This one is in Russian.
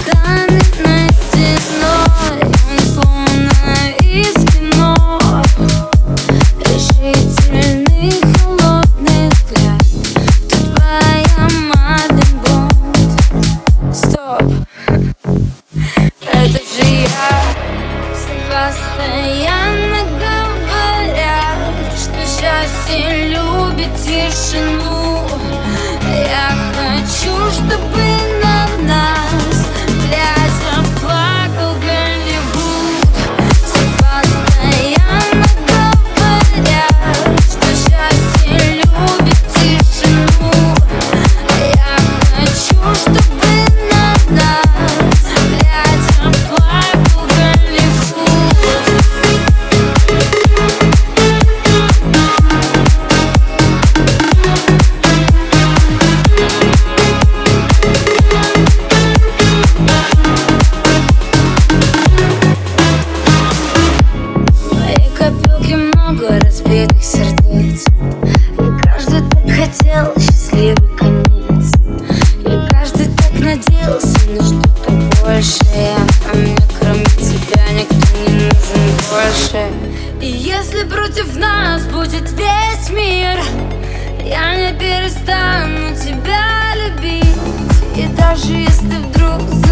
каменной стеной. Он словно из кино, решительный холодный взгляд. Тут твоя Мадлен Бонд. Стоп, это же я. Постоянно говорят, что счастье любит тишину. Я хочу, чтобы на нас глядя плакал Голливуд. Все постоянно говорят, что счастье любит тишину. Я хочу, чтобы на нас глядя плакал Голливуд. Много разбитых сердец, и каждый так хотел счастливый конец, и каждый так надеялся на что-то большее. А мне кроме тебя никто не нужен больше. И если против нас будет весь мир, я не перестану тебя любить. И даже если вдруг